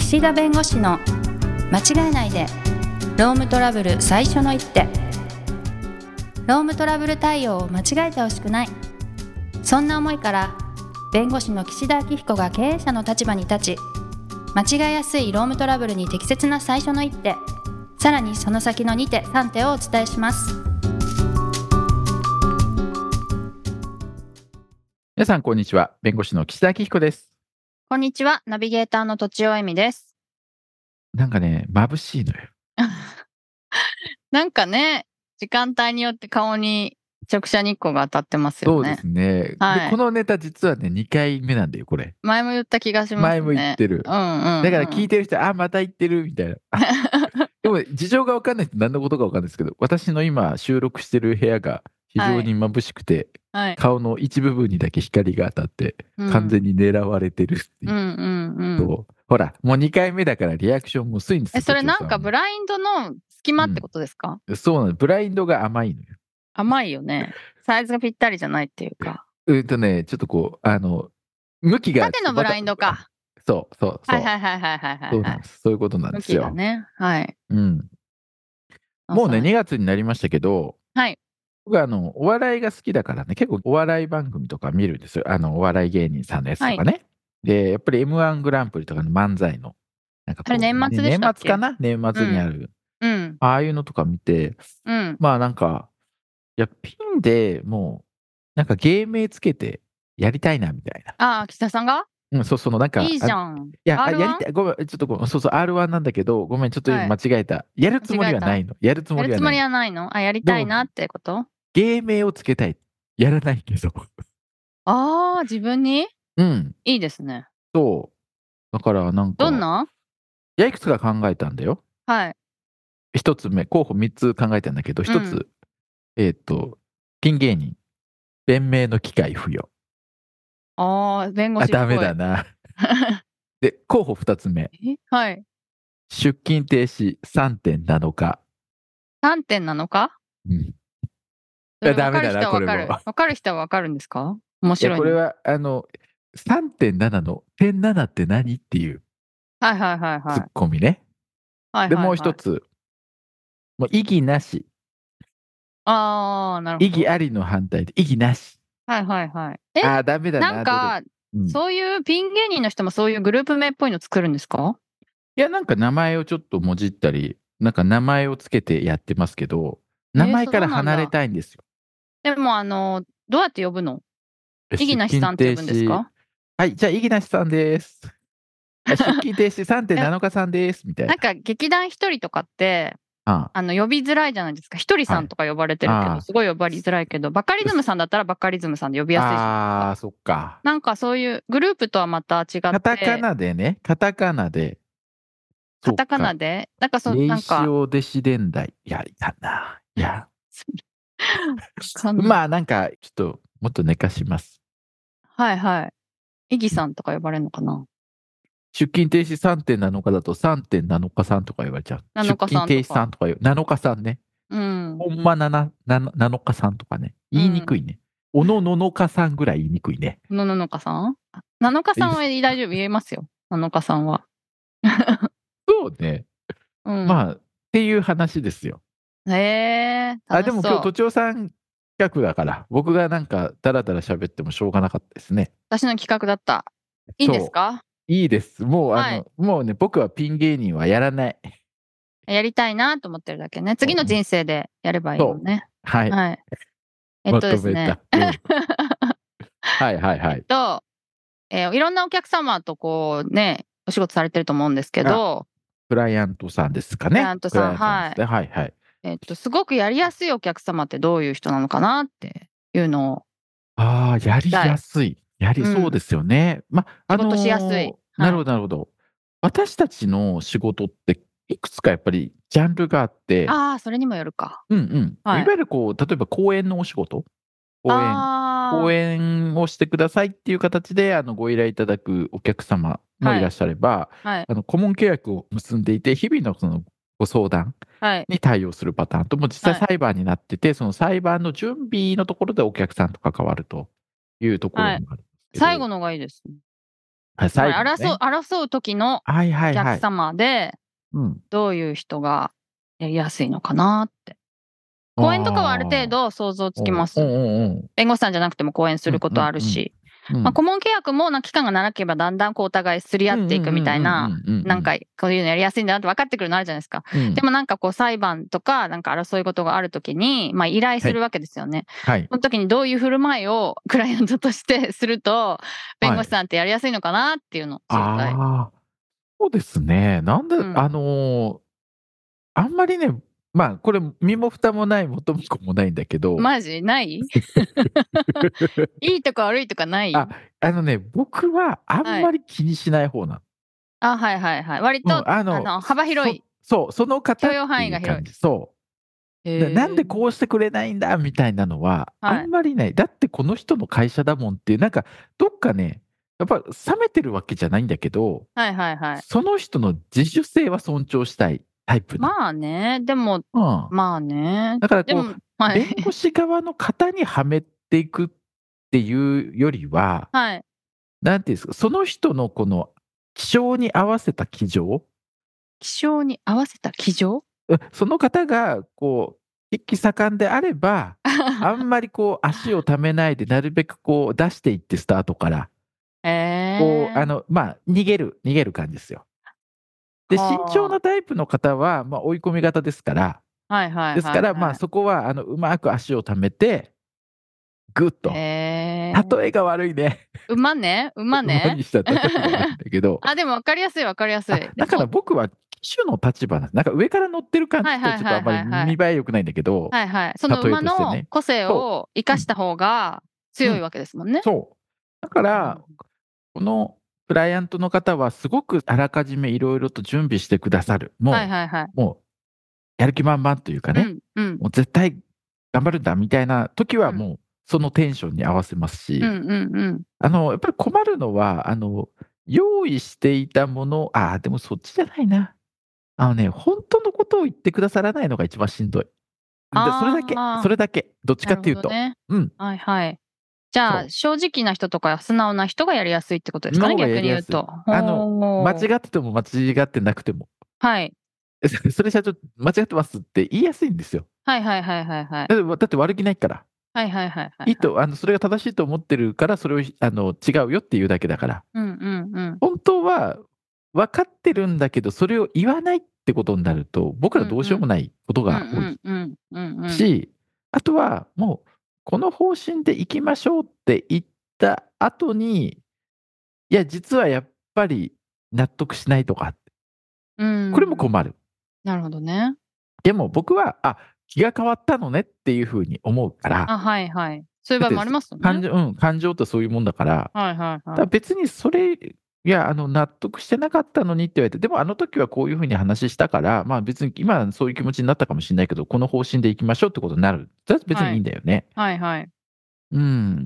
岸田弁護士の間違えないでロームトラブル最初の一手。ロームトラブル対応を間違えてほしくない、そんな思いから弁護士の岸田明彦が経営者の立場に立ち、間違えやすいロームトラブルに適切な最初の一手、さらにその先の2手3手をお伝えします。 皆さんこんにちは。弁護士の岸田明彦です。 こんにちは。ナビゲーターのとちおえみです。 なんかね、眩しいのよ。 なんかね、時間帯によって顔に直射日光が当たってますよね。 そうですね。 はい、 でこのネタ実はね、2回目なんだよ、これ。 前も言った気がしますね。 前も言ってる。だから聞いてる人、また言ってるみたいな。でも事情が分かんないと何のことか分かんないですけど、私の今収録してる部屋が非常に眩しくて、 はい、 顔の一部分にだけ光が当たって、完全に狙われてるっていう。ほら、もう2回目だからリアクションも薄いんですよ。 それなんかブラインドの隙間ってことですか？ そうなの。ブラインドが甘いのよ。 甘いよね。サイズがぴったりじゃないっていうか。 ちょっとこう、向きが。 縦のブラインドか。 そう。 はい。 そうなんです。そういうことなんですよ。 向きがね。はい。 もうね、2月になりましたけど、 はい。 僕はお笑いが好きだからね、結構お笑い番組とか見るんですよ。お笑い芸人さんのやつとかね。で、やっぱり M1 グランプリとかの漫才の、なんかこう、 あれ年末でしたっけ？ 年末かな？年末にある。ああいうのとか見て、まあなんか、いや、ピンでもう、なんか芸名つけてやりたいな、みたいな。 岸田さんが？ なんか。 いいじゃん。 いや、やりたい。ごめん、ちょっとR1 なんだけど、ごめん、ちょっと今間違えた。やるつもりはないの。やるつもりはないの。 やりたいなってこと？ 芸名をつけたい。やらないけど。 自分に？いいですね。 そう。だからなんか。 どんな？ いや、いくつか考えたんだよ。 はい。 一つ目、候補3つ考えたんだけど、一つ、ピン芸人、弁明の機会付与。 弁護士っぽい。 ダメだな。で、候補2つ目。 はい。 出勤停止 3.7 日。 3.7 日？ダメだな、これも。わかる人はわかるんですか？面白い。 これは、3.7 の点7って何っていう。ツッコミね。で、もう一つ。もう意義なし。 なるほど。 意義ありの反対で、意義なし。 ダメだな。なんか、そういうピン芸人の人もそういうグループ名っぽいの作るんですか？ いや、なんか名前をちょっともじったり、なんか名前をつけてやってますけど、名前から離れたいんですよ。 でもどうやって呼ぶの？意義なしさんって呼ぶんですか？ はい、じゃあ意義なしさんです。出勤停止 3.7 日さんですみたいな。 なんか劇団一人とかって、呼びづらいじゃないですか。ひとりさんとか呼ばれてるけど、すごい呼ばれづらいけど、バカリズムさんだったらバカリズムさんで呼びやすいじゃないですか。 そっか。 なんかそういうグループとはまた違って。 カタカナでね、カタカナで。 なんかなんか。 レイシオデシデンダイ。やりたな。いや。まあなんか、ちょっと、もっと寝かします。 意義さんとか呼ばれるのかな？ 出勤停止 3.7 日だと 3.7 日さんとか言われちゃう。出勤停止さんとか7日さんね。ほんま7日さんとかね。言いにくいね。おのののかさんぐらい言いにくいね。 のののかさん？7日さんは大丈夫、言えますよ。7日さんは。 そうね。まあ、っていう話ですよ。 でも今日、とちおさん企画だから、僕がなんか、だらだら喋ってもしょうがなかったですね。 私の企画だった。いいですか？ いいです。もう、もうね、僕はピン芸人はやらない。 やりたいなと思ってるだけね。次の人生でやればいいよね。 はい。 ですね。いろんなお客様とこうね、お仕事されてると思うんですけど。 クライアントさんですかね。 クライアントさん、すごくやりやすいお客様ってどういう人なのかなっていうのを。 やりやすい。そうですよね。 仕事しやすい。 なるほど。私たちの仕事っていくつかやっぱりジャンルがあって。 それにもよるか。 いわゆるこう、例えば講演のお仕事。講演をしてくださいっていう形でご依頼いただくお客様もいらっしゃれば、顧問契約を結んでいて、日々のそのご相談に対応するパターンと、もう実際裁判になってて、その裁判の準備のところでお客さんと関わるというところもあるんですけど。 最後のがいいです。 はい、 つまり最後ね。 争う時のはいはお客いはい。 様で、 うん。 どういう人がやりやすいのかなって。講演とかはある程ああ。 度想像つきうんうんます。 うん。 弁護士さんじゃなくても講演すうんることあるうんし。まあ、 うん。 顧問契約も期間が長ければだんだんこうお互いすり合うんうんうんっていくみたいな、 うんうんなんかこういうのやりやすいんだなって分かってくるのあるじゃないですか。 うん。 でもなんかこう裁判とかなんか争い事があるときに、まあ依頼はい。 するわけですよね。 はい。 その時にどういう振る舞いをクライアントとしてすると、弁はい。 護士さんってやりやすいのかなっていうのを知りたい。 ああ、そうですね。なんで、 うん。 あんまりね、まあ、これ身も蓋もない元も子もないんだけど、 マジない？いいとか悪いとかなあ、 い？ 僕はあんはい。 まり気にしない方なの。 あ、はいはいはい。割うん、 と幅広い、 そう、その方っ許容て範囲が広い。 いう感じ。そう。なんへえ。 でこうしてくれないんだみたいなのは、あはい。 んまりない。だってこの人の会社だもんっていう、なんか、どっかね、やっぱ冷めてるわけじゃないんだけど、 はいはいはい。 その人の自主性は尊重したいタイプなまあね、でも、 の。うん。 まあね。 だからでも、はい。 弁護士側の方にはめていくっていうよりは、 はい。 なんていうんですか、その人のこの気性に合わせた騎乗、 気象に合わせた騎乗？ その方が血気盛んであれば、あんまり足をためないでなるべく出していってスタートから、 へえ。 まあ、逃げる感じですよ。で、慎重はあ。 なタイプの方は、まあ、追い込み型ですから、 はいはいですから、まあ、 はいはい。 そこはうまく足をためて、ぐっと。 へえ。 例えが悪いね。 馬ね、馬馬ね。 にした例えが悪いんだけど、 あ、でも分かりやすい分かりやすい。でだからも、 僕は騎手の立場なんです。なんか上から乗ってる感じとちょっとあはいはいはいんまり見はいはい。 栄え良くないんだけど、 はいはい。その例え馬としてね。 の個性そを生う。うん、 かした方がうん、 強いわけですもんね。 そう。だから、 なるほど。 このクライアントの方はすごくあらかじめいろいろと準備してくださる。 はいはいはい。 もうやる気満々というかね、 うん、うん、 もう絶対頑張るんだみたいな時うん。 はもうそのテンションに合わせますし、 うんうんうん。 やっぱり困るのは、用意していたものでもそっちじゃないな。本当のことを言ってくださらないのが一番しんどい。それだけ、そああ、 れだけ。どっちかなるっていうと。 ほどね。 うん、 はいはい。じゃあ、 そう。 正直な人とか素直な人がやりやすいってことですかね、 の方がやりやすい。 逆に言うと。ほ間お。 違ってても間違ってなくても、 はい。 それ社長間違ってますって言いやすいんですよ。 はいはいはいはいはい。 だって悪気ないから。 はいはいはいはいはい。 それが正しいと思ってるから、それを違うよっていうだけだから。 うんうんうん。 本当は分かってるんだけど、それを言わないってことになると、僕らどうしよううんうん。 もないことうんが多いうんうん。うんうん。 し、あとはもう、この方針で行きましょうって言った後に、いや、実はやっぱり納得しないとか、 うこれもん。 困る。 なるほどね。 でも僕は、気が変わったのねっていう風に思うから、 あ、はいはい。そういうだって、 場合もありますよね。 感情ってそういうもんだから、 はいはいはい。 別に納得してなかったのにって言われて、でもあの時はこういう風に話したから、まあ別に今はそういう気持ちになったかもしれないけど、この方針で行きましょうってことになる。それは別にいいはい。 んだよね。 はいはい。 うん。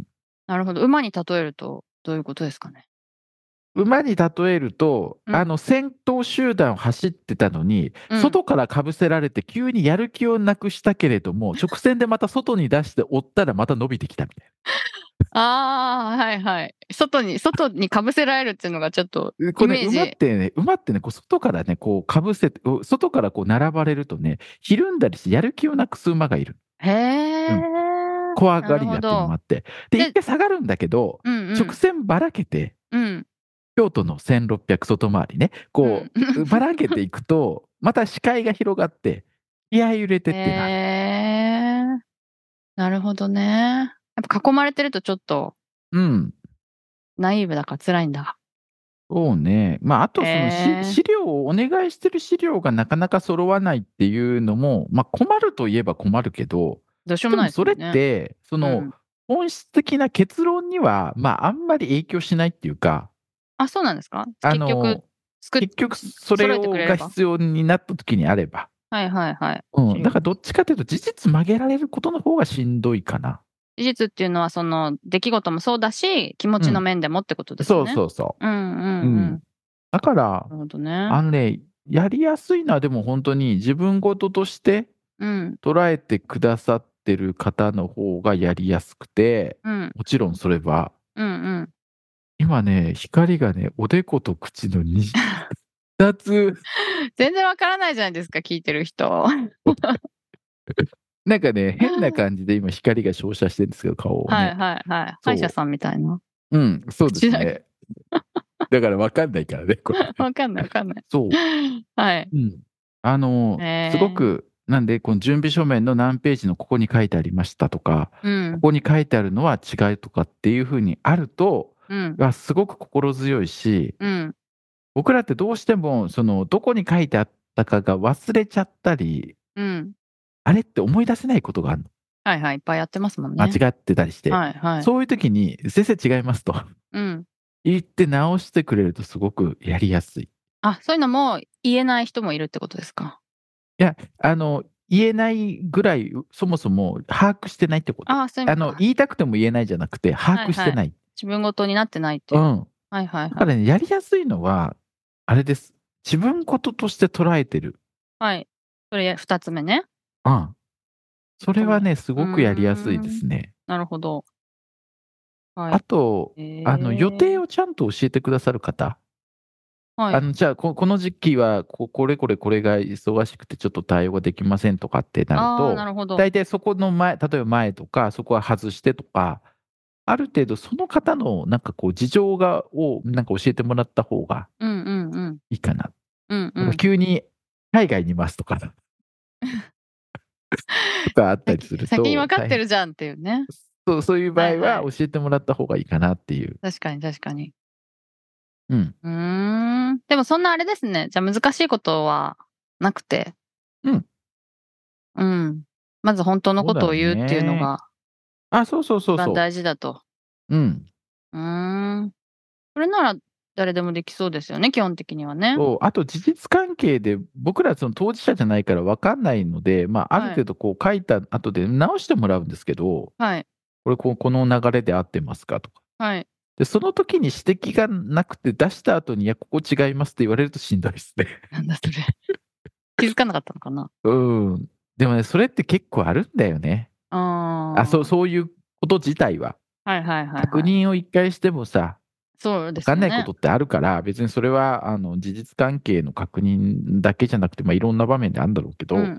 なるほど。馬に例えるとどういうことですかね？ 馬に例えると、 うん。 先頭集団を走ってたのに、 うん。 外からかぶせられて急にやる気をなくしたけれども、直線でまた外に出して追ったらまた伸びてきたみたいああ、はいはい。外にかぶせられるっていうのがちょっとな。これね、 イメージ。 馬ってね、外からね、かぶせて、外から並ばれるとね、ひるんだりしてやる気をなくす馬がいる。 へえ。 うん。怖ながりだっていうのもるほど。 あって。で、一で、 回下がるんだけど、 うんうん。 直線ばらけて、 うん。 京都の1600外回りね、 うん。 ばらけていくと、また視界が広がって、気合い入れてへっていうのある。 え。なるほどね。やっぱ囲まれてるとちょっとうん。 ナイーブだから辛いんだ。 そうね。まあ、あとへそのえ。 資料をお願いしてる資料がなかなか揃わないっていうのも、ま、困るといえば困るけど、 どうしようもないでもそれっですもんね。 て、 うん。 本質的な結論には、まあ、あんまり影響しないっていうか、 あ、そうなんですか？ あ結局、 の、結局それ揃えてくれれば？ が必要になった時にあれば。 はいはいはい。 うん、だからどっちかというと事実曲げられることの方がしんどいかな。 事実っていうのはその出来事もそうだし、気持ちのうん。 面でもってことですよそうね。 そうそうんうんう。ううん。 ん。 だから、 なるほどね。 やりやすいのはでも本当に自分事としてうん。 捉えてくださってる方の方がやりやすくて、 うん。 もちろんそれは、 うんうん。 今ね、光がね、おでこと口の2つ。 全然わからないじゃないですか、聞いてる人。 なんかね、変な感じで今光が照射してるんですけど、顔をね。 はい。歯医者さんみたいな。 うん、そうです口だけ。 ね。だからわかんないからね、これ。 わかんない。 そう。 はい。 うん。すごく、なんで、この準備書面の何ページのここに書いてありましたとか、ここに書いてあるのは違いとかっていうふうにあると、すごく心強いし、僕らってどうしても、どこに書いてあったかが忘れちゃったり、あれって思い出せないことがあるの。 いっぱいやってますもんね。 間違ってたりして。そういう時に、先生違いますと。言って直してくれるとすごくやりやすい。 そういうのも言えない人もいるってことですか？ いや、言えないぐらい、そもそも把握してないってこと。 そういう意味か。 言いたくても言えないじゃなくて、把握してない。 自分ごとになってないっていう。 だからね、やりやすいのは、あれです。自分事として捉えてる。 それ2つ目ね。 それはね、すごくやりやすいですね。 なるほど。 あと、予定をちゃんと教えてくださる方。じゃあ、この時期は、これが忙しくてちょっと対応ができませんとかってなると、大体そこの前、例えば前とか、そこは外してとか、ある程度その方のなんかこう事情をなんか教えてもらった方がいいかな。急に海外にいますとかあったりすると。 先に分かってるじゃんっていうね。 そういう場合は教えてもらった方がいいかなっていう。 確かに。でもそんなあれですね。じゃあ難しいことはなくて。まず本当のことを言うっていうのが。 そう。 一番大事だと。それなら誰でもできそうですよね、基本的にはね。 あと事実関係で、僕らその当事者じゃないから分かんないので、ある程度こう書いた後で直してもらうんですけど、この流れで合ってますかとか。で、その時に指摘がなくて出した後に、いや、ここ違いますって言われるとしんどいですね。 なんだそれ。気づかなかったのかな。 でもね、それって結構あるんだよね。そういうこと自体は。確認を一回してもさ、分かんないことってあるから、別にそれは事実関係の確認だけじゃなくて、いろんな場面であるんだろうけど、も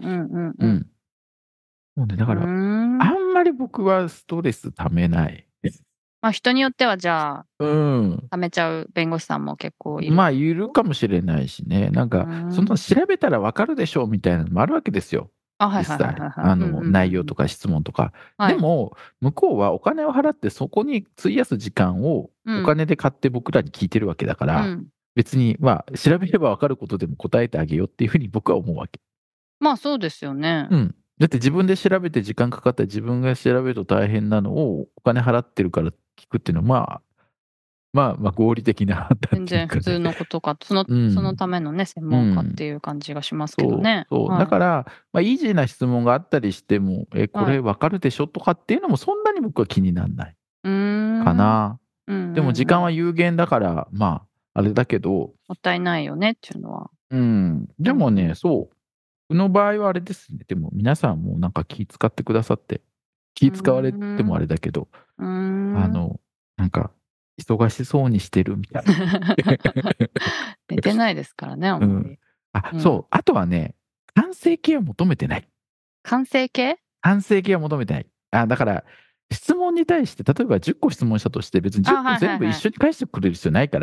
うね、だから、あんまり僕はストレスためない。 人によってはじゃあ、ためちゃう弁護士さんも結構いる。 いるかもしれないしね。なんか、その調べたらわかるでしょうみたいなのもあるわけですよ。実際。内容とか質問とか。でも、向こうはお金を払ってそこに費やす時間をお金で買って僕らに聞いてるわけだから、別に、調べればわかることでも答えてあげようっていうふうに僕は思うわけ。 そうですよね。 だって自分で調べて時間かかったり、自分が調べると大変なのをお金払ってるから聞くっていうのは、合理的な判断っていうかね。 全然普通のことか、そのためのね、専門家っていう感じがしますけどね。 だから、イージーな質問があったりしても、これわかるでしょとかっていうのもそんなに僕は気にならないかな。でも時間は有限だから、あれだけど。もったいないよねっていうのは。 でもね、この場合はあれですね。でも皆さんもなんか気使ってくださって、気使われてもあれだけど、なんか、忙しそうにしてるみたいな。 寝てないですからね、あんまり。 そう。あとはね、完成形は求めてない。 完成形は求めてない。だから、質問に対して、例えば10個質問したとして、別に10個全部一緒に返してくれる必要ないから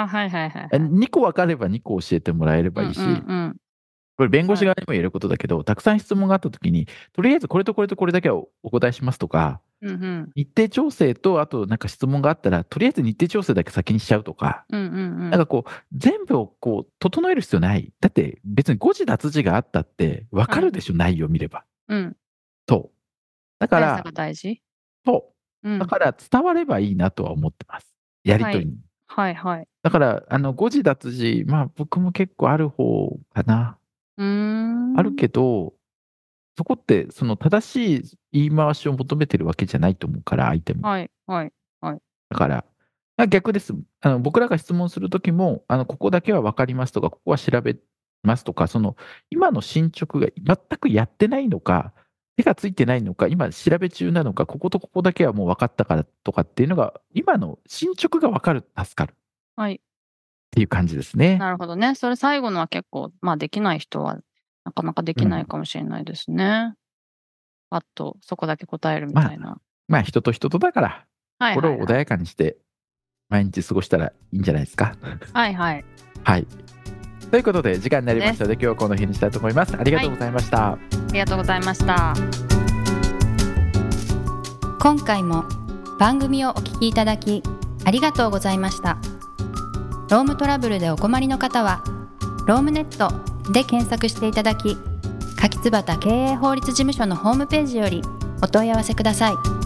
、2個分かれば2個教えてもらえればいいし、これ弁護士側にも言えることだけど、たくさん質問があったときに、とりあえずこれとこれとこれだけはお答えしますとか、日程調整と、あとなんか質問があったら、とりあえず日程調整だけ先にしちゃうとか、なんかこう、全部をこう、整える必要ない。だって別に誤字脱字があったって、分かるでしょ、内容見れば。そう。だから、そう。だから伝わればいいなとは思ってます。やりとりに。だから、誤字脱字、僕も結構ある方かな。あるけど、そこって、その正しい言い回しを求めてるわけじゃないと思うから、相手も。だから、逆です。僕らが質問するときも、ここだけは分かりますとか、ここは調べますとか、今の進捗が全くやってないのか、 手がついてないのか、今調べ中なのか、こことここだけはもう分かったからとかっていうのが、今の進捗が分かると助かる。 はい。 っていう感じですね。 なるほどね。それ最後のは結構、できない人はなかなかできないかもしれないですね。パッとそこだけ答えるみたいな。 人と人とだから、心を穏やかにして毎日過ごしたらいいんじゃないですか。 はいはい。 はい。ということで時間になりましたので、今日はこの辺にしたいと思います。ありがとうございました。 ありがとうございました。今回も番組をお聞きいただきありがとうございました。ロームトラブルでお困りの方はロームネットで検索していただき、柿椿経営法律事務所のホームページよりお問い合わせください。